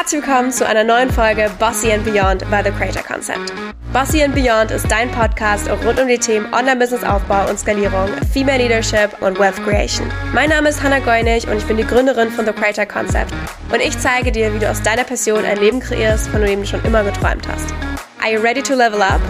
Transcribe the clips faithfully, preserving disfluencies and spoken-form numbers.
Herzlich willkommen zu einer neuen Folge Bossy and Beyond by The Creator Concept. Bossy and Beyond ist dein Podcast rund um die Themen Online-Business-Aufbau und Skalierung, Female Leadership und Wealth Creation. Mein Name ist Hannah Goinig und ich bin die Gründerin von The Creator Concept. Und ich zeige dir, wie du aus deiner Passion ein Leben kreierst, von dem du schon immer geträumt hast. Are you ready to level up?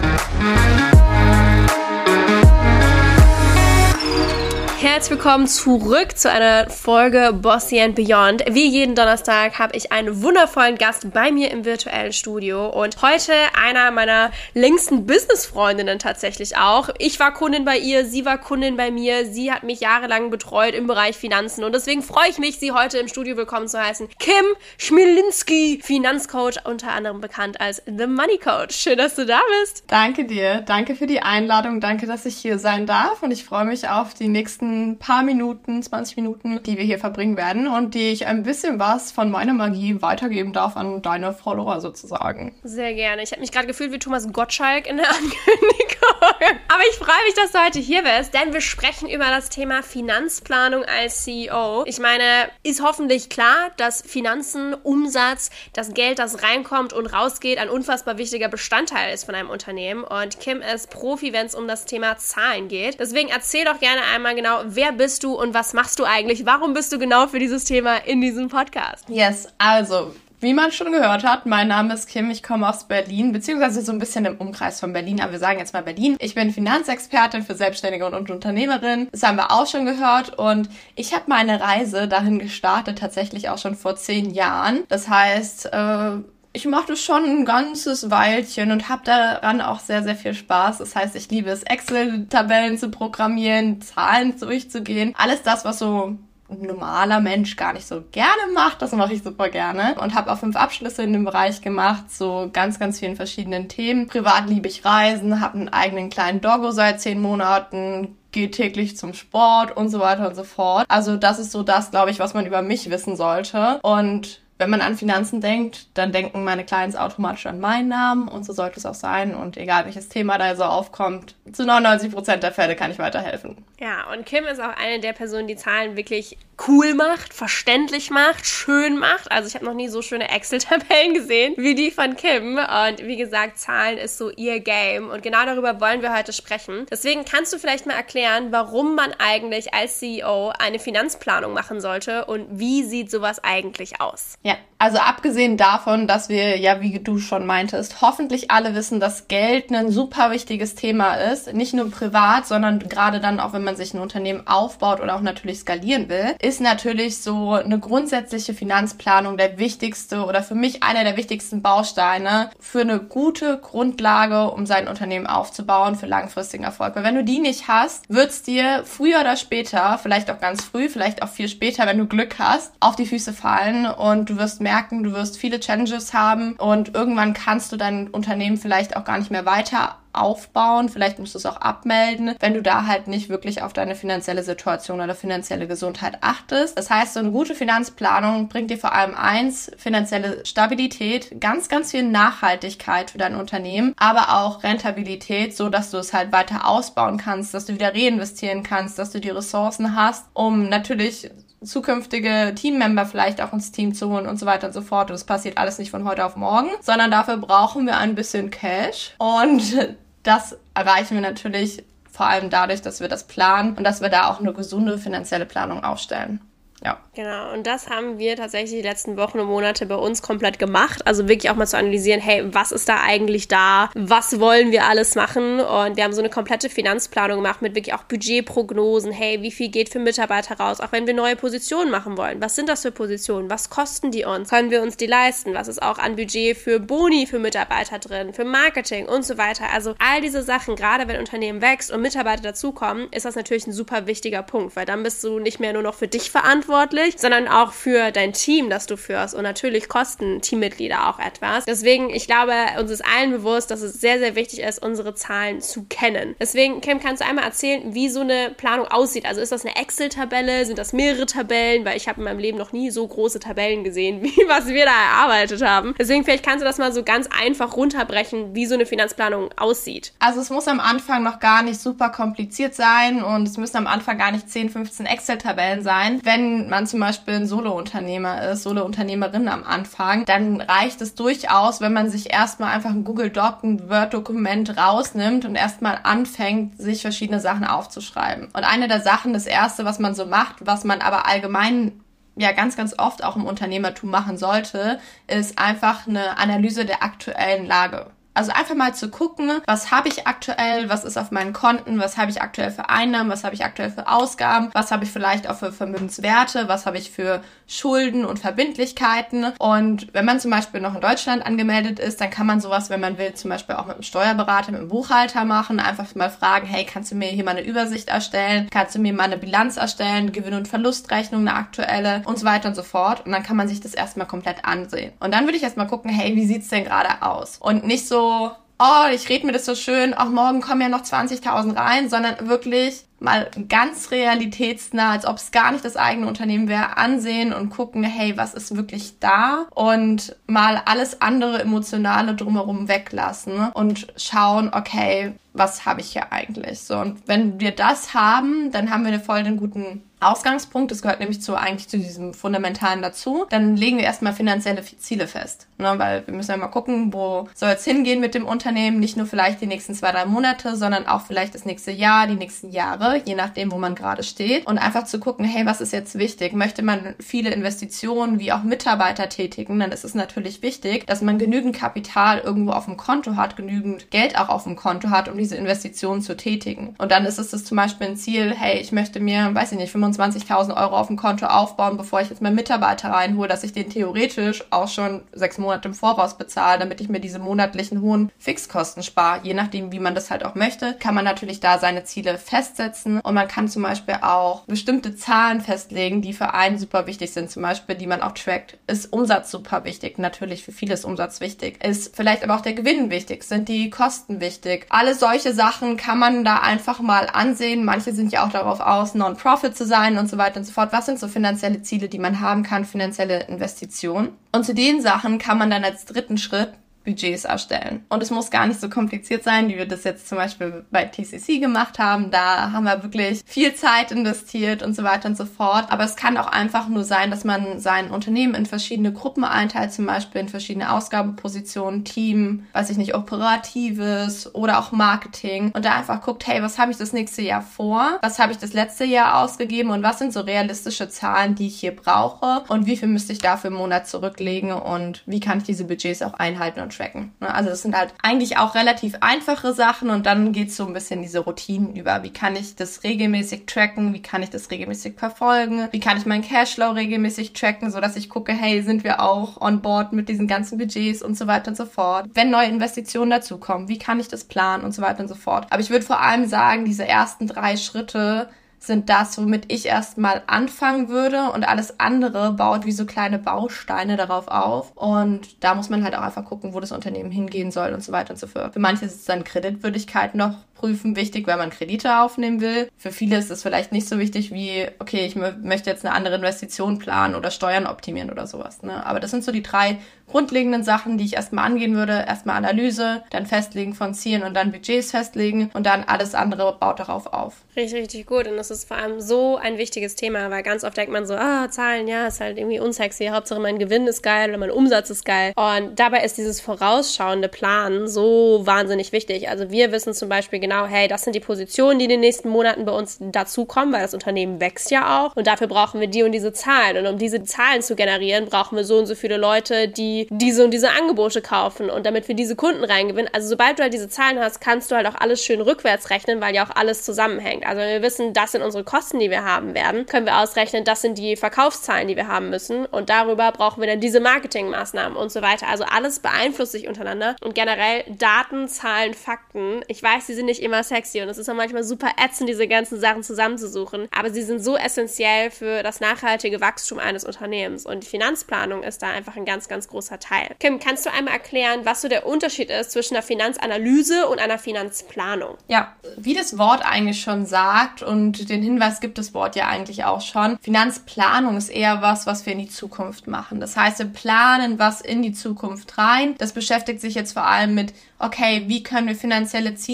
Herzlich willkommen zurück zu einer Folge Bossy and Beyond. Wie jeden Donnerstag habe ich einen wundervollen Gast bei mir im virtuellen Studio und heute einer meiner längsten Business-Freundinnen tatsächlich auch. Ich war Kundin bei ihr, sie war Kundin bei mir, sie hat mich jahrelang betreut im Bereich Finanzen und deswegen freue ich mich, sie heute im Studio willkommen zu heißen. Kim Schmilinski, Finanzcoach, unter anderem bekannt als The Money Coach. Schön, dass du da bist. Danke dir, danke für die Einladung, danke, dass ich hier sein darf und ich freue mich auf die nächsten paar Minuten, zwanzig Minuten, die wir hier verbringen werden und die ich ein bisschen was von meiner Magie weitergeben darf an deine Follower sozusagen. Sehr gerne. Ich habe mich gerade gefühlt wie Thomas Gottschalk in der Ankündigung. Aber ich freue mich, dass du heute hier bist, denn wir sprechen über das Thema Finanzplanung als C E O. Ich meine, ist hoffentlich klar, dass Finanzen, Umsatz, das Geld, das reinkommt und rausgeht, ein unfassbar wichtiger Bestandteil ist von einem Unternehmen. Und Kim ist Profi, wenn es um das Thema Zahlen geht. Deswegen erzähl doch gerne einmal genau, wer bist du und was machst du eigentlich? Warum bist du genau für dieses Thema in diesem Podcast? Yes, also, wie man schon gehört hat, mein Name ist Kim, ich komme aus Berlin, beziehungsweise so ein bisschen im Umkreis von Berlin, aber wir sagen jetzt mal Berlin. Ich bin Finanzexpertin für Selbstständige und Unternehmerin, das haben wir auch schon gehört und ich habe meine Reise dahin gestartet, tatsächlich auch schon vor zehn Jahren. Das heißt, äh, ich mache das schon ein ganzes Weilchen und habe daran auch sehr, sehr viel Spaß. Das heißt, ich liebe es, Excel-Tabellen zu programmieren, Zahlen durchzugehen. Alles das, was so ein normaler Mensch gar nicht so gerne macht, das mache ich super gerne. Und habe auch fünf Abschlüsse in dem Bereich gemacht, so ganz, ganz vielen verschiedenen Themen. Privat liebe ich Reisen, habe einen eigenen kleinen Doggo seit zehn Monaten, gehe täglich zum Sport und so weiter und so fort. Also das ist so das, glaube ich, was man über mich wissen sollte. Und wenn man an Finanzen denkt, dann denken meine Clients automatisch an meinen Namen und so sollte es auch sein. Und egal welches Thema da so aufkommt, zu neunundneunzig Prozent der Fälle kann ich weiterhelfen. Ja, und Kim ist auch eine der Personen, die Zahlen wirklich cool macht, verständlich macht, schön macht. Also ich habe noch nie so schöne Excel-Tabellen gesehen wie die von Kim. Und wie gesagt, Zahlen ist so ihr Game. Und genau darüber wollen wir heute sprechen. Deswegen kannst du vielleicht mal erklären, warum man eigentlich als C E O eine Finanzplanung machen sollte und wie sieht sowas eigentlich aus? Ja, also abgesehen davon, dass wir, ja, wie du schon meintest, hoffentlich alle wissen, dass Geld ein super wichtiges Thema ist. Nicht nur privat, sondern gerade dann auch, wenn man sich ein Unternehmen aufbaut oder auch natürlich skalieren will, ist natürlich so eine grundsätzliche Finanzplanung der wichtigste oder für mich einer der wichtigsten Bausteine für eine gute Grundlage, um sein Unternehmen aufzubauen für langfristigen Erfolg. Weil wenn du die nicht hast, wird es dir früher oder später, vielleicht auch ganz früh, vielleicht auch viel später, wenn du Glück hast, auf die Füße fallen und du wirst merken, du wirst viele Challenges haben und irgendwann kannst du dein Unternehmen vielleicht auch gar nicht mehr weiter aufbauen, vielleicht musst du es auch abmelden, wenn du da halt nicht wirklich auf deine finanzielle Situation oder finanzielle Gesundheit achtest. Das heißt, so eine gute Finanzplanung bringt dir vor allem eins, finanzielle Stabilität, ganz, ganz viel Nachhaltigkeit für dein Unternehmen, aber auch Rentabilität, so dass du es halt weiter ausbauen kannst, dass du wieder reinvestieren kannst, dass du die Ressourcen hast, um natürlich zukünftige Teammember vielleicht auch ins Team zu holen und so weiter und so fort. Und das passiert alles nicht von heute auf morgen, sondern dafür brauchen wir ein bisschen Cash und das erreichen wir natürlich vor allem dadurch, dass wir das planen und dass wir da auch eine gesunde finanzielle Planung aufstellen. Ja. Genau, und das haben wir tatsächlich die letzten Wochen und Monate bei uns komplett gemacht. Also wirklich auch mal zu analysieren, hey, was ist da eigentlich da? Was wollen wir alles machen? Und wir haben so eine komplette Finanzplanung gemacht mit wirklich auch Budgetprognosen. Hey, wie viel geht für Mitarbeiter raus? Auch wenn wir neue Positionen machen wollen. Was sind das für Positionen? Was kosten die uns? Können wir uns die leisten? Was ist auch an Budget für Boni für Mitarbeiter drin? Für Marketing und so weiter? Also all diese Sachen, gerade wenn ein Unternehmen wächst und Mitarbeiter dazukommen, ist das natürlich ein super wichtiger Punkt, weil dann bist du nicht mehr nur noch für dich verantwortlich, sondern auch für dein Team, das du führst. Und natürlich kosten Teammitglieder auch etwas. Deswegen, ich glaube, uns ist allen bewusst, dass es sehr, sehr wichtig ist, unsere Zahlen zu kennen. Deswegen, Kim, kannst du einmal erzählen, wie so eine Planung aussieht? Also ist das eine Excel-Tabelle? Sind das mehrere Tabellen? Weil ich habe in meinem Leben noch nie so große Tabellen gesehen, wie was wir da erarbeitet haben. Deswegen, vielleicht kannst du das mal so ganz einfach runterbrechen, wie so eine Finanzplanung aussieht. Also es muss am Anfang noch gar nicht super kompliziert sein und es müssen am Anfang gar nicht zehn, fünfzehn Excel-Tabellen sein. Wenn wenn man zum Beispiel ein Solo-Unternehmer ist, Solo-Unternehmerin am Anfang, dann reicht es durchaus, wenn man sich erstmal einfach ein Google Doc, ein Word-Dokument rausnimmt und erstmal anfängt, sich verschiedene Sachen aufzuschreiben. Und eine der Sachen, das erste, was man so macht, was man aber allgemein ja ganz, ganz oft auch im Unternehmertum machen sollte, ist einfach eine Analyse der aktuellen Lage. Also einfach mal zu gucken, was habe ich aktuell, was ist auf meinen Konten, was habe ich aktuell für Einnahmen, was habe ich aktuell für Ausgaben, was habe ich vielleicht auch für Vermögenswerte, was habe ich für Schulden und Verbindlichkeiten. Und wenn man zum Beispiel noch in Deutschland angemeldet ist, dann kann man sowas, wenn man will, zum Beispiel auch mit einem Steuerberater, mit einem Buchhalter machen, einfach mal fragen, hey, kannst du mir hier mal eine Übersicht erstellen, kannst du mir mal eine Bilanz erstellen, Gewinn- und Verlustrechnung, eine aktuelle und so weiter und so fort. Und dann kann man sich das erstmal komplett ansehen. Und dann würde ich erstmal gucken, hey, wie sieht's denn gerade aus? Und nicht so oh, ich rede mir das so schön, auch morgen kommen ja noch zwanzigtausend rein, sondern wirklich mal ganz realitätsnah, als ob es gar nicht das eigene Unternehmen wäre, ansehen und gucken, hey, was ist wirklich da? Und mal alles andere Emotionale drumherum weglassen und schauen, okay, was habe ich hier eigentlich? So, und wenn wir das haben, dann haben wir voll den guten Ausgangspunkt. Das gehört nämlich zu eigentlich zu diesem Fundamentalen dazu. Dann legen wir erstmal finanzielle Ziele fest. Ne? Weil wir müssen ja mal gucken, wo soll es hingehen mit dem Unternehmen? Nicht nur vielleicht die nächsten zwei, drei Monate, sondern auch vielleicht das nächste Jahr, die nächsten Jahre, je nachdem, wo man gerade steht. Und einfach zu gucken, hey, was ist jetzt wichtig? Möchte man viele Investitionen wie auch Mitarbeiter tätigen? Dann ist es natürlich wichtig, dass man genügend Kapital irgendwo auf dem Konto hat, genügend Geld auch auf dem Konto hat, um diese Investitionen zu tätigen. Und dann ist es das zum Beispiel ein Ziel, hey, ich möchte mir, weiß ich nicht, fünfundzwanzigtausend Euro auf dem Konto aufbauen, bevor ich jetzt meinen Mitarbeiter reinhole, dass ich den theoretisch auch schon sechs Monate im Voraus bezahle, damit ich mir diese monatlichen hohen Fixkosten spare. Je nachdem, wie man das halt auch möchte, kann man natürlich da seine Ziele festsetzen und man kann zum Beispiel auch bestimmte Zahlen festlegen, die für einen super wichtig sind, zum Beispiel, die man auch trackt. Ist Umsatz super wichtig? Natürlich, für viele ist Umsatz wichtig. Ist vielleicht aber auch der Gewinn wichtig? Sind die Kosten wichtig? Alle solche Sachen kann man da einfach mal ansehen. Manche sind ja auch darauf aus, Non-Profit zu sein und so weiter und so fort. Was sind so finanzielle Ziele, die man haben kann, finanzielle Investitionen? Und zu den Sachen kann man dann als dritten Schritt Budgets erstellen. Und es muss gar nicht so kompliziert sein, wie wir das jetzt zum Beispiel bei T C C gemacht haben. Da haben wir wirklich viel Zeit investiert und so weiter und so fort. Aber es kann auch einfach nur sein, dass man sein Unternehmen in verschiedene Gruppen einteilt, zum Beispiel in verschiedene Ausgabenpositionen, Team, weiß ich nicht, Operatives oder auch Marketing. Und da einfach guckt, hey, was habe ich das nächste Jahr vor? Was habe ich das letzte Jahr ausgegeben? Und was sind so realistische Zahlen, die ich hier brauche? Und wie viel müsste ich dafür im Monat zurücklegen? Und wie kann ich diese Budgets auch einhalten und tracken. Also das sind halt eigentlich auch relativ einfache Sachen und dann geht's so ein bisschen diese Routinen über. Wie kann ich das regelmäßig tracken? Wie kann ich das regelmäßig verfolgen? Wie kann ich meinen Cashflow regelmäßig tracken, sodass ich gucke, hey, sind wir auch on board mit diesen ganzen Budgets und so weiter und so fort. Wenn neue Investitionen dazukommen, wie kann ich das planen und so weiter und so fort. Aber ich würde vor allem sagen, diese ersten drei Schritte sind das, womit ich erstmal anfangen würde und alles andere baut wie so kleine Bausteine darauf auf und da muss man halt auch einfach gucken, wo das Unternehmen hingehen soll und so weiter und so fort. Für manche ist es dann Kreditwürdigkeit noch prüfen wichtig, weil man Kredite aufnehmen will. Für viele ist es vielleicht nicht so wichtig wie, okay, ich m- möchte jetzt eine andere Investition planen oder Steuern optimieren oder sowas. Ne? Aber das sind so die drei grundlegenden Sachen, die ich erstmal angehen würde. Erstmal Analyse, dann Festlegen von Zielen und dann Budgets festlegen und dann alles andere baut darauf auf. Richtig, richtig gut. Und das ist vor allem so ein wichtiges Thema, weil ganz oft denkt man so, ah, Zahlen, ja, ist halt irgendwie unsexy. Hauptsache mein Gewinn ist geil oder mein Umsatz ist geil. Und dabei ist dieses vorausschauende Planen so wahnsinnig wichtig. Also wir wissen zum Beispiel genau, hey, das sind die Positionen, die in den nächsten Monaten bei uns dazukommen, weil das Unternehmen wächst ja auch. Und dafür brauchen wir die und diese Zahlen. Und um diese Zahlen zu generieren, brauchen wir so und so viele Leute, die diese und diese Angebote kaufen. Und damit wir diese Kunden reingewinnen, also sobald du halt diese Zahlen hast, kannst du halt auch alles schön rückwärts rechnen, weil ja auch alles zusammenhängt. Also wenn wir wissen, das sind unsere Kosten, die wir haben werden, können wir ausrechnen, das sind die Verkaufszahlen, die wir haben müssen. Und darüber brauchen wir dann diese Marketingmaßnahmen und so weiter. Also alles beeinflusst sich untereinander. Und generell Daten, Zahlen, Fakten. Ich weiß, die sind nicht immer sexy und es ist auch manchmal super ätzend, diese ganzen Sachen zusammenzusuchen. Aber sie sind so essentiell für das nachhaltige Wachstum eines Unternehmens. Und die Finanzplanung ist da einfach ein ganz, ganz großer Teil. Kim, kannst du einmal erklären, was so der Unterschied ist zwischen einer Finanzanalyse und einer Finanzplanung? Ja, wie das Wort eigentlich schon sagt und den Hinweis gibt das Wort ja eigentlich auch schon, Finanzplanung ist eher was, was wir in die Zukunft machen. Das heißt, wir planen was in die Zukunft rein. Das beschäftigt sich jetzt vor allem mit, okay, wie können wir finanzielle Ziele erreichen?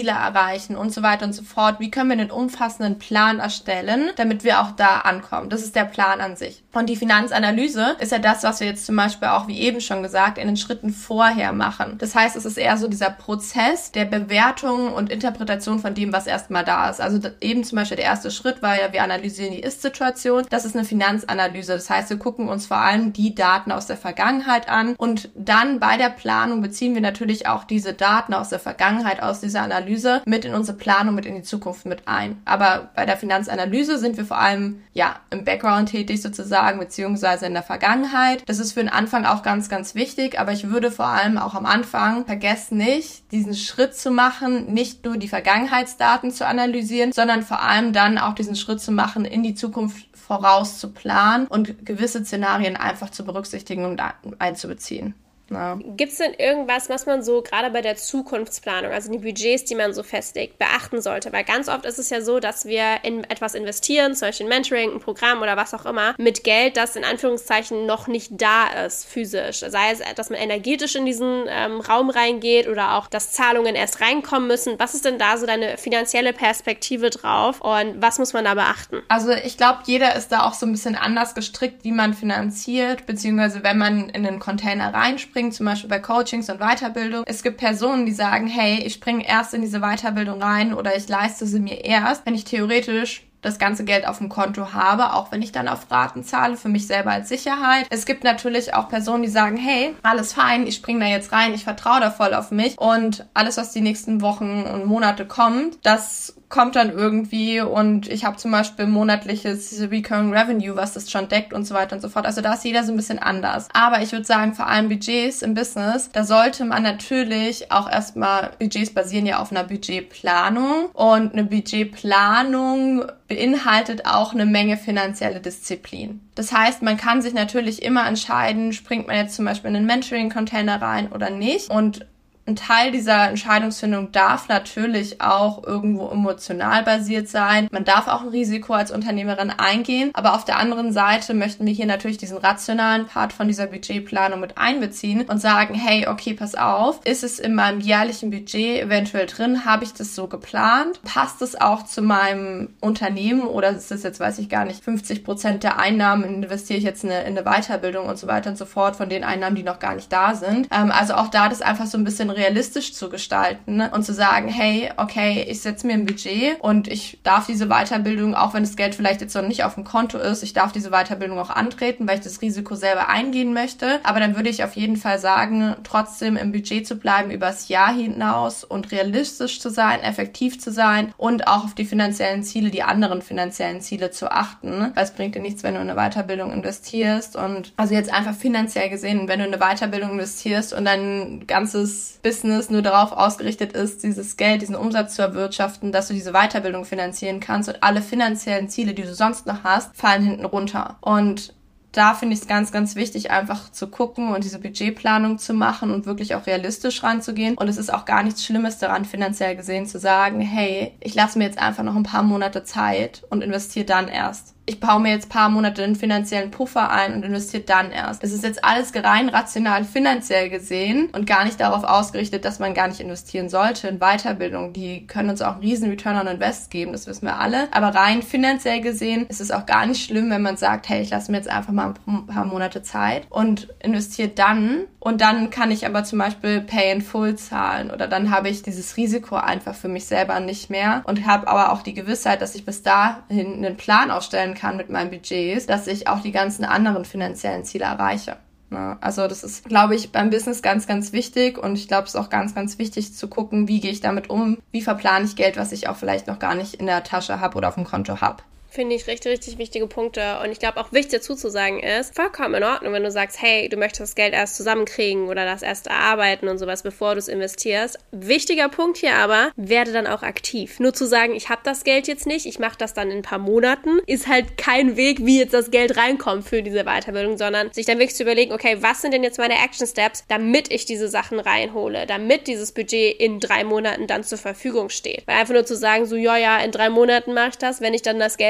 erreichen und so weiter und so fort. Wie können wir einen umfassenden Plan erstellen, damit wir auch da ankommen? Das ist der Plan an sich. Und die Finanzanalyse ist ja das, was wir jetzt zum Beispiel auch, wie eben schon gesagt, in den Schritten vorher machen. Das heißt, es ist eher so dieser Prozess der Bewertung und Interpretation von dem, was erstmal da ist. Also eben zum Beispiel der erste Schritt war ja, wir analysieren die Ist-Situation. Das ist eine Finanzanalyse. Das heißt, wir gucken uns vor allem die Daten aus der Vergangenheit an und dann bei der Planung beziehen wir natürlich auch diese Daten aus der Vergangenheit, aus dieser Analyse mit in unsere Planung, mit in die Zukunft mit ein. Aber bei der Finanzanalyse sind wir vor allem ja im Background tätig sozusagen, beziehungsweise in der Vergangenheit. Das ist für den Anfang auch ganz, ganz wichtig, aber ich würde vor allem auch am Anfang vergessen nicht, diesen Schritt zu machen, nicht nur die Vergangenheitsdaten zu analysieren, sondern vor allem dann auch diesen Schritt zu machen, in die Zukunft voraus zu planen und gewisse Szenarien einfach zu berücksichtigen und einzubeziehen. Ja. Gibt es denn irgendwas, was man so gerade bei der Zukunftsplanung, also die Budgets, die man so festlegt, beachten sollte? Weil ganz oft ist es ja so, dass wir in etwas investieren, zum Beispiel ein Mentoring, ein Programm oder was auch immer, mit Geld, das in Anführungszeichen noch nicht da ist, physisch. Sei es, dass man energetisch in diesen ähm, Raum reingeht oder auch, dass Zahlungen erst reinkommen müssen. Was ist denn da so deine finanzielle Perspektive drauf und was muss man da beachten? Also ich glaube, jeder ist da auch so ein bisschen anders gestrickt, wie man finanziert, beziehungsweise wenn man in einen Container reinspringt, zum Beispiel bei Coachings und Weiterbildung. Es gibt Personen, die sagen, hey, ich springe erst in diese Weiterbildung rein oder ich leiste sie mir erst, wenn ich theoretisch das ganze Geld auf dem Konto habe, auch wenn ich dann auf Raten zahle, für mich selber als Sicherheit. Es gibt natürlich auch Personen, die sagen, hey, alles fein, ich springe da jetzt rein, ich vertraue da voll auf mich und alles, was die nächsten Wochen und Monate kommt, das kommt dann irgendwie und ich habe zum Beispiel monatliches Recurring Revenue, was das schon deckt und so weiter und so fort. Also da ist jeder so ein bisschen anders. Aber ich würde sagen, vor allem Budgets im Business, da sollte man natürlich auch erstmal, Budgets basieren ja auf einer Budgetplanung und eine Budgetplanung beinhaltet auch eine Menge finanzielle Disziplin. Das heißt, man kann sich natürlich immer entscheiden, springt man jetzt zum Beispiel in einen Mentoring-Container rein oder nicht und ein Teil dieser Entscheidungsfindung darf natürlich auch irgendwo emotional basiert sein. Man darf auch ein Risiko als Unternehmerin eingehen, aber auf der anderen Seite möchten wir hier natürlich diesen rationalen Part von dieser Budgetplanung mit einbeziehen und sagen, hey, okay, pass auf, ist es in meinem jährlichen Budget eventuell drin? Habe ich das so geplant? Passt es auch zu meinem Unternehmen oder ist das jetzt, weiß ich gar nicht, fünfzig Prozent der Einnahmen investiere ich jetzt in eine, in eine Weiterbildung und so weiter und so fort von den Einnahmen, die noch gar nicht da sind? Ähm, also auch da das einfach so ein bisschen realistisch zu gestalten und zu sagen, hey, okay, ich setze mir ein Budget und ich darf diese Weiterbildung, auch wenn das Geld vielleicht jetzt noch nicht auf dem Konto ist, ich darf diese Weiterbildung auch antreten, weil ich das Risiko selber eingehen möchte. Aber dann würde ich auf jeden Fall sagen, trotzdem im Budget zu bleiben übers Jahr hinaus und realistisch zu sein, effektiv zu sein und auch auf die finanziellen Ziele, die anderen finanziellen Ziele zu achten. Weil es bringt dir nichts, wenn du in eine Weiterbildung investierst und also jetzt einfach finanziell gesehen, wenn du in eine Weiterbildung investierst und dein ganzes Business nur darauf ausgerichtet ist, dieses Geld, diesen Umsatz zu erwirtschaften, dass du diese Weiterbildung finanzieren kannst und alle finanziellen Ziele, die du sonst noch hast, fallen hinten runter. Und da finde ich es ganz, ganz wichtig, einfach zu gucken und diese Budgetplanung zu machen und wirklich auch realistisch ranzugehen. Und es ist auch gar nichts Schlimmes daran, finanziell gesehen zu sagen, hey, ich lasse mir jetzt einfach noch ein paar Monate Zeit und investiere dann erst. Ich baue mir jetzt ein paar Monate einen finanziellen Puffer ein und investiere dann erst. Es ist jetzt alles rein rational finanziell gesehen und gar nicht darauf ausgerichtet, dass man gar nicht investieren sollte in Weiterbildung. Die können uns auch einen riesen Return on Invest geben, das wissen wir alle. Aber rein finanziell gesehen ist es auch gar nicht schlimm, wenn man sagt, hey, ich lasse mir jetzt einfach mal ein paar Monate Zeit und investiere dann. Und dann kann ich aber zum Beispiel Pay in Full zahlen oder dann habe ich dieses Risiko einfach für mich selber nicht mehr und habe aber auch die Gewissheit, dass ich bis dahin einen Plan aufstellen kann mit meinen Budgets, dass ich auch die ganzen anderen finanziellen Ziele erreiche. Also das ist, glaube ich, beim Business ganz, ganz wichtig und ich glaube, es ist auch ganz, ganz wichtig zu gucken, wie gehe ich damit um, wie verplane ich Geld, was ich auch vielleicht noch gar nicht in der Tasche habe oder auf dem Konto habe. Finde ich richtig, richtig wichtige Punkte. Und ich glaube auch wichtig dazu zu sagen ist, vollkommen in Ordnung, wenn du sagst, hey, du möchtest das Geld erst zusammenkriegen oder das erst erarbeiten und sowas, bevor du es investierst. Wichtiger Punkt hier aber, werde dann auch aktiv. Nur zu sagen, ich habe das Geld jetzt nicht, ich mache das dann in ein paar Monaten, ist halt kein Weg, wie jetzt das Geld reinkommt für diese Weiterbildung, sondern sich dann wirklich zu überlegen, okay, was sind denn jetzt meine Action Steps, damit ich diese Sachen reinhole, damit dieses Budget in drei Monaten dann zur Verfügung steht. Weil einfach nur zu sagen, so, ja, ja, in drei Monaten mache ich das, wenn ich dann das Geld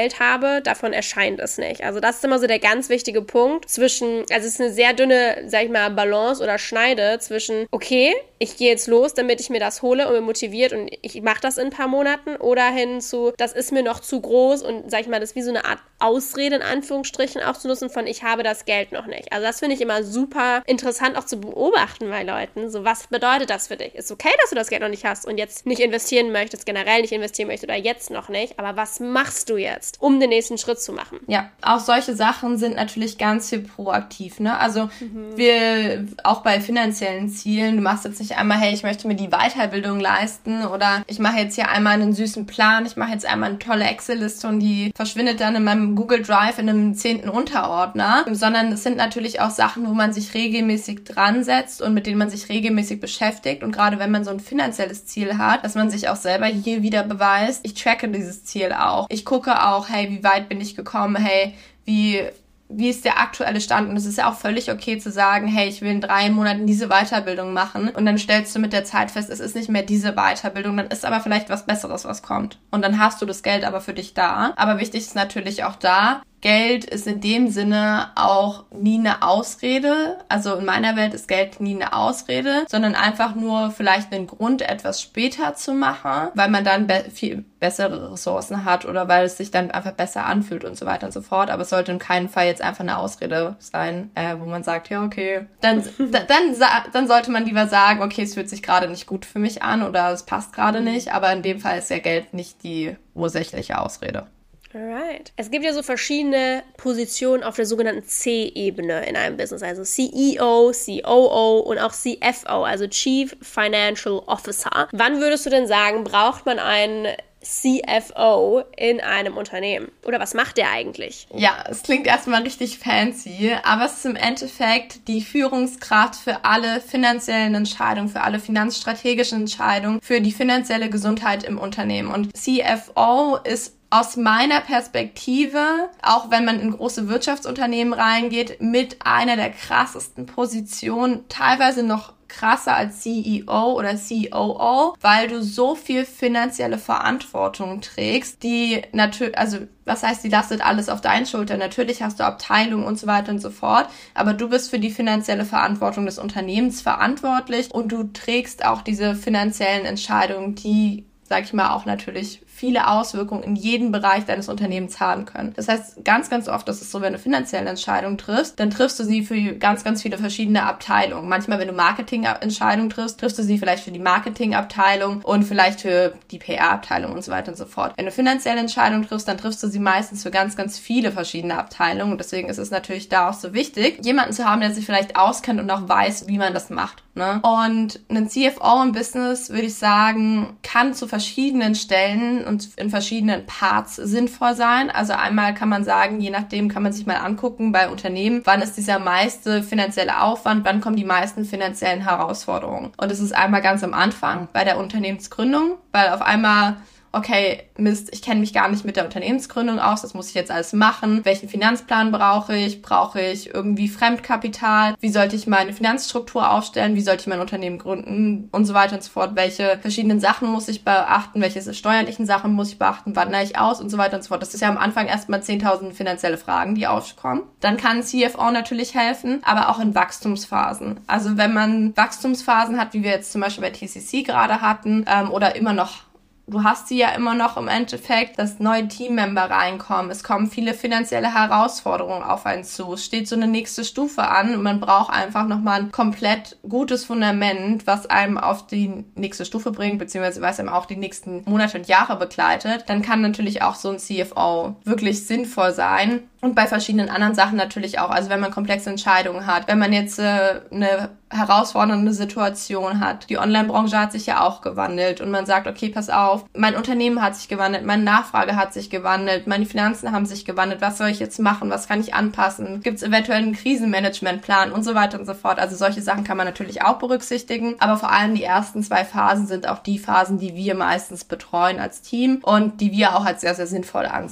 Geld habe, davon erscheint es nicht. Also das ist immer so der ganz wichtige Punkt zwischen, also es ist eine sehr dünne, sag ich mal, Balance oder Schneide zwischen, okay, ich gehe jetzt los, damit ich mir das hole und bin motiviert und ich mache das in ein paar Monaten, oder hin zu, das ist mir noch zu groß und, sag ich mal, das ist wie so eine Art Ausrede in Anführungsstrichen auch zu nutzen von, ich habe das Geld noch nicht. Also das finde ich immer super interessant auch zu beobachten bei Leuten. So, was bedeutet das für dich? Ist okay, dass du das Geld noch nicht hast und jetzt nicht investieren möchtest, generell nicht investieren möchtest oder jetzt noch nicht, aber was machst du jetzt, um den nächsten Schritt zu machen? Ja, auch solche Sachen sind natürlich ganz viel proaktiv, ne? Also mhm. wir, auch bei finanziellen Zielen, du machst jetzt nicht einmal, hey, ich möchte mir die Weiterbildung leisten oder ich mache jetzt hier einmal einen süßen Plan, ich mache jetzt einmal eine tolle Excel-Liste und die verschwindet dann in meinem Google Drive in einem zehnten Unterordner, sondern es sind natürlich auch Sachen, wo man sich regelmäßig dran setzt und mit denen man sich regelmäßig beschäftigt, und gerade wenn man so ein finanzielles Ziel hat, dass man sich auch selber hier wieder beweist, ich tracke dieses Ziel auch. Ich gucke auch, hey, wie weit bin ich gekommen, hey, wie wie ist der aktuelle Stand? Und es ist ja auch völlig okay zu sagen, hey, ich will in drei Monaten diese Weiterbildung machen, und dann stellst du mit der Zeit fest, es ist nicht mehr diese Weiterbildung, dann ist aber vielleicht was Besseres, was kommt. Und dann hast du das Geld aber für dich da. Aber wichtig ist natürlich auch da, Geld ist in dem Sinne auch nie eine Ausrede. Also in meiner Welt ist Geld nie eine Ausrede, sondern einfach nur vielleicht einen Grund, etwas später zu machen, weil man dann be- viel bessere Ressourcen hat oder weil es sich dann einfach besser anfühlt und so weiter und so fort. Aber es sollte in keinem Fall jetzt einfach eine Ausrede sein, äh, wo man sagt, ja, okay. Dann, d- dann, sa- dann sollte man lieber sagen, okay, es fühlt sich gerade nicht gut für mich an oder es passt gerade nicht. Aber in dem Fall ist ja Geld nicht die ursächliche Ausrede. Alright. Es gibt ja so verschiedene Positionen auf der sogenannten C-Ebene in einem Business, also C E O, C O O und auch C F O, also Chief Financial Officer. Wann würdest du denn sagen, braucht man einen C F O in einem Unternehmen? Oder was macht der eigentlich? Ja, es klingt erstmal richtig fancy, aber es ist im Endeffekt die Führungskraft für alle finanziellen Entscheidungen, für alle finanzstrategischen Entscheidungen, für die finanzielle Gesundheit im Unternehmen. Und C F O ist aus meiner Perspektive, auch wenn man in große Wirtschaftsunternehmen reingeht, mit einer der krassesten Positionen, teilweise noch krasser als C E O oder C O O, weil du so viel finanzielle Verantwortung trägst, die natürlich, also was heißt, die lastet alles auf deinen Schultern. Natürlich hast du Abteilungen und so weiter und so fort, aber du bist für die finanzielle Verantwortung des Unternehmens verantwortlich und du trägst auch diese finanziellen Entscheidungen, die, sag ich mal, auch natürlich viele Auswirkungen in jedem Bereich deines Unternehmens haben können. Das heißt, ganz, ganz oft ist es so, wenn du finanzielle Entscheidungen triffst, dann triffst du sie für ganz, ganz viele verschiedene Abteilungen. Manchmal, wenn du Marketingentscheidungen triffst, triffst du sie vielleicht für die Marketingabteilung und vielleicht für die P R-Abteilung und so weiter und so fort. Wenn du finanzielle Entscheidungen triffst, dann triffst du sie meistens für ganz, ganz viele verschiedene Abteilungen, und deswegen ist es natürlich da auch so wichtig, jemanden zu haben, der sich vielleicht auskennt und auch weiß, wie man das macht. Ne? Und ein C F O im Business, würde ich sagen, kann zu verschiedenen Stellen und in verschiedenen Parts sinnvoll sein. Also einmal kann man sagen, je nachdem kann man sich mal angucken bei Unternehmen, wann ist dieser meiste finanzielle Aufwand, wann kommen die meisten finanziellen Herausforderungen. Und es ist einmal ganz am Anfang bei der Unternehmensgründung, weil auf einmal, okay, Mist, ich kenne mich gar nicht mit der Unternehmensgründung aus, das muss ich jetzt alles machen. Welchen Finanzplan brauche ich? Brauche ich irgendwie Fremdkapital? Wie sollte ich meine Finanzstruktur aufstellen? Wie sollte ich mein Unternehmen gründen? Und so weiter und so fort. Welche verschiedenen Sachen muss ich beachten? Welche steuerlichen Sachen muss ich beachten? Wandere ich aus? Und so weiter und so fort. Das ist ja am Anfang erstmal zehntausend finanzielle Fragen, die aufkommen. Dann kann C F O natürlich helfen, aber auch in Wachstumsphasen. Also wenn man Wachstumsphasen hat, wie wir jetzt zum Beispiel bei T C C gerade hatten, ähm, oder immer noch Du hast sie ja immer noch im Endeffekt, dass neue Teammember reinkommen. Es kommen viele finanzielle Herausforderungen auf einen zu. Es steht so eine nächste Stufe an und man braucht einfach nochmal ein komplett gutes Fundament, was einem auf die nächste Stufe bringt, beziehungsweise was einem auch die nächsten Monate und Jahre begleitet. Dann kann natürlich auch so ein C F O wirklich sinnvoll sein. Und bei verschiedenen anderen Sachen natürlich auch. Also wenn man komplexe Entscheidungen hat, wenn man jetzt äh, eine herausfordernde Situation hat. Die Online-Branche hat sich ja auch gewandelt und man sagt, okay, pass auf, mein Unternehmen hat sich gewandelt, meine Nachfrage hat sich gewandelt, meine Finanzen haben sich gewandelt, was soll ich jetzt machen, was kann ich anpassen? Gibt es eventuell einen Krisenmanagementplan und so weiter und so fort. Also solche Sachen kann man natürlich auch berücksichtigen, aber vor allem die ersten zwei Phasen sind auch die Phasen, die wir meistens betreuen als Team und die wir auch als sehr, sehr sinnvoll ansehen.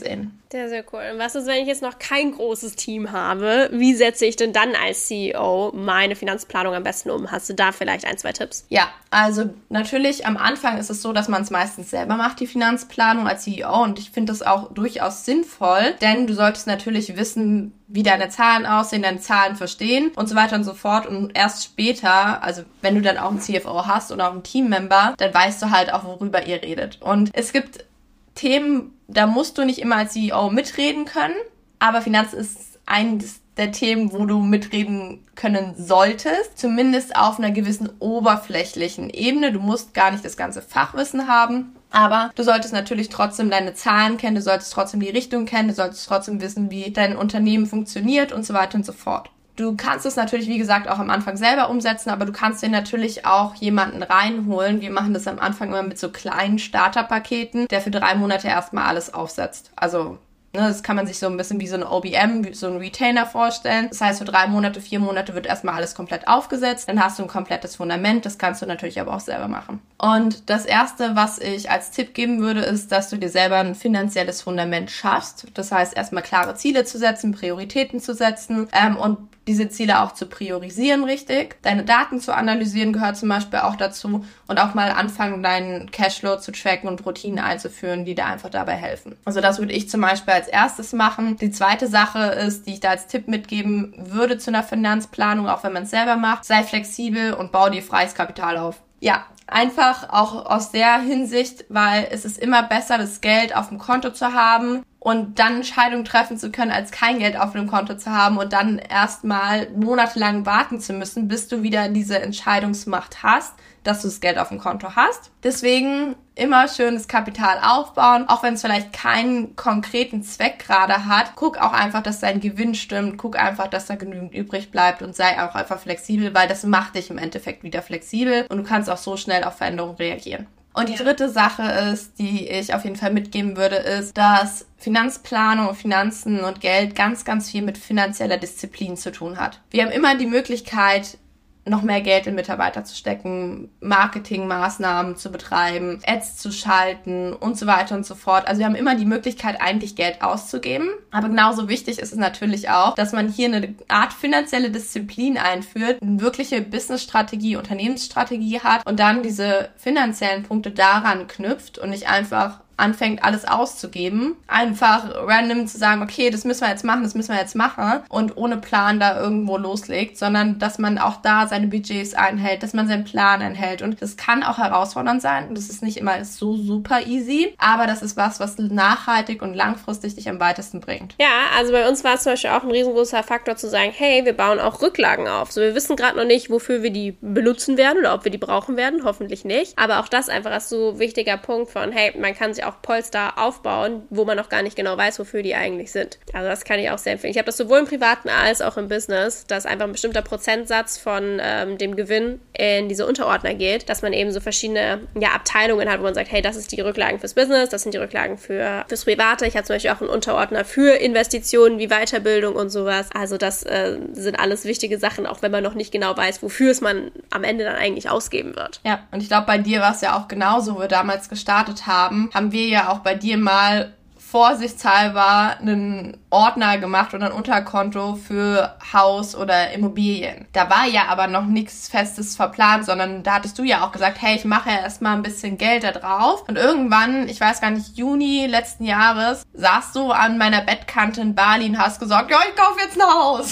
Sehr, sehr cool. Und was ist, wenn ich jetzt noch kein großes Team habe? Wie setze ich denn dann als C E O meine Finanzplanung am besten um? Hast du da vielleicht ein, zwei Tipps? Ja, also natürlich am Anfang ist es so, dass man es meistens selber macht, die Finanzplanung als C E O. Und ich finde das auch durchaus sinnvoll, denn du solltest natürlich wissen, wie deine Zahlen aussehen, deine Zahlen verstehen und so weiter und so fort. Und erst später, also wenn du dann auch einen C F O hast oder auch einen Teammember, dann weißt du halt auch, worüber ihr redet. Und es gibt Themen, da musst du nicht immer als C E O mitreden können, aber Finanz ist eines der Themen, wo du mitreden können solltest, zumindest auf einer gewissen oberflächlichen Ebene. Du musst gar nicht das ganze Fachwissen haben, aber du solltest natürlich trotzdem deine Zahlen kennen, du solltest trotzdem die Richtung kennen, du solltest trotzdem wissen, wie dein Unternehmen funktioniert und so weiter und so fort. Du kannst es natürlich, wie gesagt, auch am Anfang selber umsetzen, aber du kannst dir natürlich auch jemanden reinholen. Wir machen das am Anfang immer mit so kleinen Starterpaketen, der für drei Monate erstmal alles aufsetzt. Also, ne, das kann man sich so ein bisschen wie so ein O B M, wie so ein Retainer vorstellen. Das heißt, für drei Monate, vier Monate wird erstmal alles komplett aufgesetzt. Dann hast du ein komplettes Fundament. Das kannst du natürlich aber auch selber machen. Und das Erste, was ich als Tipp geben würde, ist, dass du dir selber ein finanzielles Fundament schaffst. Das heißt, erstmal klare Ziele zu setzen, Prioritäten zu setzen ähm, und diese Ziele auch zu priorisieren richtig. Deine Daten zu analysieren gehört zum Beispiel auch dazu und auch mal anfangen, deinen Cashflow zu tracken und Routinen einzuführen, die dir einfach dabei helfen. Also das würde ich zum Beispiel als erstes machen. Die zweite Sache ist, die ich da als Tipp mitgeben würde zu einer Finanzplanung, auch wenn man es selber macht, sei flexibel und bau dir freies Kapital auf. Ja, einfach auch aus der Hinsicht, weil es ist immer besser, das Geld auf dem Konto zu haben und dann Entscheidungen treffen zu können, als kein Geld auf dem Konto zu haben und dann erstmal monatelang warten zu müssen, bis du wieder diese Entscheidungsmacht hast, dass du das Geld auf dem Konto hast. Deswegen immer schön das Kapital aufbauen, auch wenn es vielleicht keinen konkreten Zweck gerade hat. Guck auch einfach, dass dein Gewinn stimmt. Guck einfach, dass da genügend übrig bleibt und sei auch einfach flexibel, weil das macht dich im Endeffekt wieder flexibel und du kannst auch so schnell auf Veränderungen reagieren. Und die dritte Sache ist, die ich auf jeden Fall mitgeben würde, ist, dass Finanzplanung, Finanzen und Geld ganz, ganz viel mit finanzieller Disziplin zu tun hat. Wir haben immer die Möglichkeit, noch mehr Geld in Mitarbeiter zu stecken, Marketingmaßnahmen zu betreiben, Ads zu schalten und so weiter und so fort. Also wir haben immer die Möglichkeit, eigentlich Geld auszugeben. Aber genauso wichtig ist es natürlich auch, dass man hier eine Art finanzielle Disziplin einführt, eine wirkliche Businessstrategie, Unternehmensstrategie hat und dann diese finanziellen Punkte daran knüpft und nicht einfach anfängt, alles auszugeben, einfach random zu sagen, okay, das müssen wir jetzt machen, das müssen wir jetzt machen und ohne Plan da irgendwo loslegt, sondern dass man auch da seine Budgets einhält, dass man seinen Plan einhält und das kann auch herausfordernd sein und das ist nicht immer so super easy, aber das ist was, was nachhaltig und langfristig dich am weitesten bringt. Ja, also bei uns war es zum Beispiel auch ein riesengroßer Faktor zu sagen, hey, wir bauen auch Rücklagen auf. So, wir wissen gerade noch nicht, wofür wir die benutzen werden oder ob wir die brauchen werden, hoffentlich nicht, aber auch das einfach ist so ein wichtiger Punkt von, hey, man kann sich auch Polster aufbauen, wo man noch gar nicht genau weiß, wofür die eigentlich sind. Also das kann ich auch sehr empfehlen. Ich habe das sowohl im Privaten als auch im Business, dass einfach ein bestimmter Prozentsatz von ähm, dem Gewinn in diese Unterordner geht, dass man eben so verschiedene ja, Abteilungen hat, wo man sagt, hey, das ist die Rücklagen fürs Business, das sind die Rücklagen für fürs Private. Ich habe zum Beispiel auch einen Unterordner für Investitionen wie Weiterbildung und sowas. Also das äh, sind alles wichtige Sachen, auch wenn man noch nicht genau weiß, wofür es man am Ende dann eigentlich ausgeben wird. Ja, und ich glaube, bei dir war es ja auch genauso, wo wir damals gestartet haben, haben wir ja auch bei dir mal vorsichtshalber einen Ordner gemacht oder ein Unterkonto für Haus oder Immobilien. Da war ja aber noch nichts Festes verplant, sondern da hattest du ja auch gesagt, hey, ich mache ja erstmal ein bisschen Geld da drauf. Und irgendwann, ich weiß gar nicht, Juni letzten Jahres, saßt du an meiner Bettkante in Bali und hast gesagt, ja, ich kaufe jetzt ein Haus.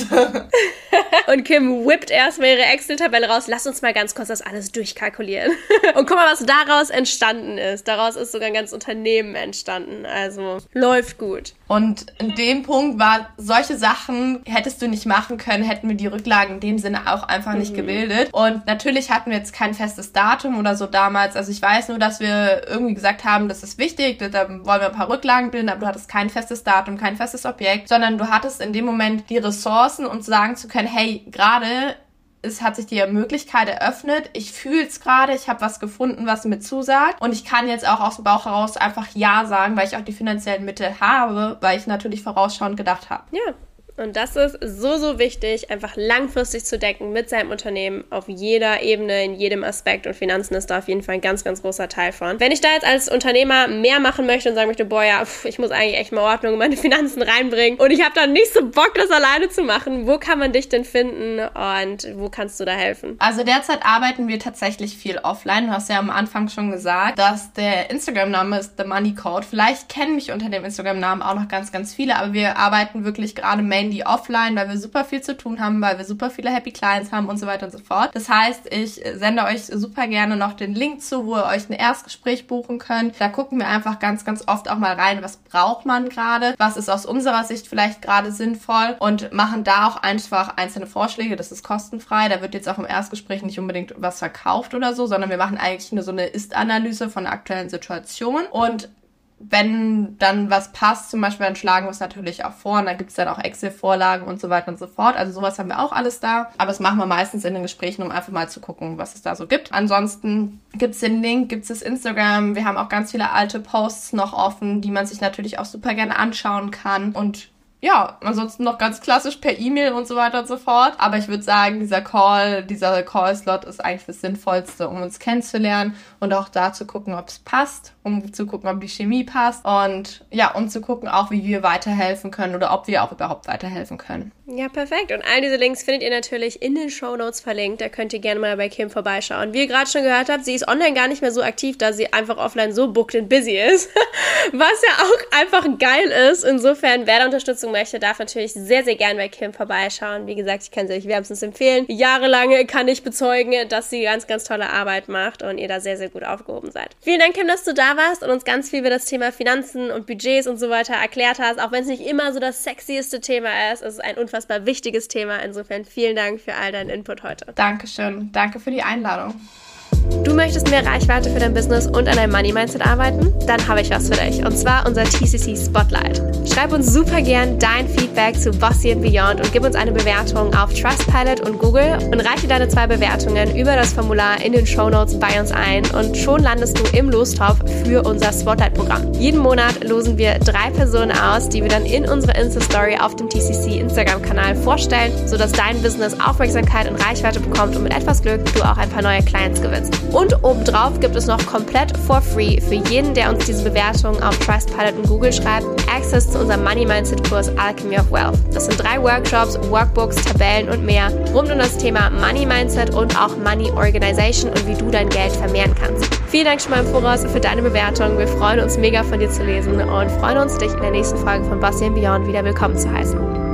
Und Kim whippt erstmal ihre Excel-Tabelle raus. Lass uns mal ganz kurz das alles durchkalkulieren. Und guck mal, was daraus entstanden ist. Daraus ist sogar ein ganzes Unternehmen entstanden. Also läuft gut. Und in dem Punkt war, solche Sachen hättest du nicht machen können, hätten wir die Rücklagen in dem Sinne auch einfach nicht mhm. gebildet. Und natürlich hatten wir jetzt kein festes Datum oder so damals. Also ich weiß nur, dass wir irgendwie gesagt haben, das ist wichtig, da wollen wir ein paar Rücklagen bilden, aber du hattest kein festes Datum, kein festes Objekt, sondern du hattest in dem Moment die Ressourcen, um sagen zu können, hey, gerade es hat sich die Möglichkeit eröffnet, ich fühle es gerade, ich habe was gefunden, was mir zusagt und ich kann jetzt auch aus dem Bauch heraus einfach Ja sagen, weil ich auch die finanziellen Mittel habe, weil ich natürlich vorausschauend gedacht habe. Ja. Und das ist so, so wichtig, einfach langfristig zu denken mit seinem Unternehmen auf jeder Ebene, in jedem Aspekt. Und Finanzen ist da auf jeden Fall ein ganz, ganz großer Teil von. Wenn ich da jetzt als Unternehmer mehr machen möchte und sagen möchte, boah, ja, pff, ich muss eigentlich echt mal Ordnung in meine Finanzen reinbringen und ich habe da nicht so Bock, das alleine zu machen, wo kann man dich denn finden und wo kannst du da helfen? Also derzeit arbeiten wir tatsächlich viel offline. Du hast ja am Anfang schon gesagt, dass der Instagram-Name ist The Money Code. Vielleicht kennen mich unter dem Instagram-Namen auch noch ganz, ganz viele, aber wir arbeiten wirklich gerade mainly offline, weil wir super viel zu tun haben, weil wir super viele Happy Clients haben und so weiter und so fort. Das heißt, ich sende euch super gerne noch den Link zu, wo ihr euch ein Erstgespräch buchen könnt. Da gucken wir einfach ganz, ganz oft auch mal rein, was braucht man gerade, was ist aus unserer Sicht vielleicht gerade sinnvoll und machen da auch einfach einzelne Vorschläge. Das ist kostenfrei. Da wird jetzt auch im Erstgespräch nicht unbedingt was verkauft oder so, sondern wir machen eigentlich nur so eine Ist-Analyse von der aktuellen Situation und wenn dann was passt, zum Beispiel, dann schlagen wir es natürlich auch vor und dann gibt es dann auch Excel-Vorlagen und so weiter und so fort. Also sowas haben wir auch alles da. Aber das machen wir meistens in den Gesprächen, um einfach mal zu gucken, was es da so gibt. Ansonsten gibt es den Link, gibt es das Instagram. Wir haben auch ganz viele alte Posts noch offen, die man sich natürlich auch super gerne anschauen kann. Und ja, ansonsten noch ganz klassisch per E-Mail und so weiter und so fort. Aber ich würde sagen, dieser Call, dieser Call-Slot ist eigentlich das Sinnvollste, um uns kennenzulernen und auch da zu gucken, ob es passt, um zu gucken, ob die Chemie passt und ja, um zu gucken auch, wie wir weiterhelfen können oder ob wir auch überhaupt weiterhelfen können. Ja, perfekt. Und all diese Links findet ihr natürlich in den Shownotes verlinkt. Da könnt ihr gerne mal bei Kim vorbeischauen. Wie ihr gerade schon gehört habt, sie ist online gar nicht mehr so aktiv, da sie einfach offline so booked and busy ist. Was ja auch einfach geil ist. Insofern, wer da Unterstützung möchte, darf natürlich sehr, sehr gerne bei Kim vorbeischauen. Wie gesagt, ich kann sie euch wärmstens empfehlen. Jahrelang kann ich bezeugen, dass sie ganz, ganz tolle Arbeit macht und ihr da sehr, sehr gut aufgehoben seid. Vielen Dank, Kim, dass du da warst und uns ganz viel über das Thema Finanzen und Budgets und so weiter erklärt hast. Auch wenn es nicht immer so das sexieste Thema ist, es ist ein unfassbar wichtiges Thema. Insofern vielen Dank für all deinen Input heute. Dankeschön. Danke für die Einladung. Du möchtest mehr Reichweite für dein Business und an deinem Money-Mindset arbeiten? Dann habe ich was für dich. Und zwar unser T C C Spotlight. Schreib uns super gern dein Feedback zu Bossy and Beyond und gib uns eine Bewertung auf Trustpilot und Google und reiche deine zwei Bewertungen über das Formular in den Shownotes bei uns ein und schon landest du im Lostopf für unser Spotlight-Programm. Jeden Monat losen wir drei Personen aus, die wir dann in unserer Insta-Story auf dem T C C Instagram-Kanal vorstellen, sodass dein Business Aufmerksamkeit und Reichweite bekommt und mit etwas Glück du auch ein paar neue Clients gewinnst. Und obendrauf gibt es noch komplett for free für jeden, der uns diese Bewertung auf Trustpilot und Google schreibt, Access zu unserem Money Mindset Kurs Alchemy of Wealth. Das sind drei Workshops, Workbooks, Tabellen und mehr rund um das Thema Money Mindset und auch Money Organization und wie du dein Geld vermehren kannst. Vielen Dank schon mal im Voraus für deine Bewertung. Wir freuen uns mega von dir zu lesen und freuen uns, dich in der nächsten Folge von Bossy and Beyond wieder willkommen zu heißen.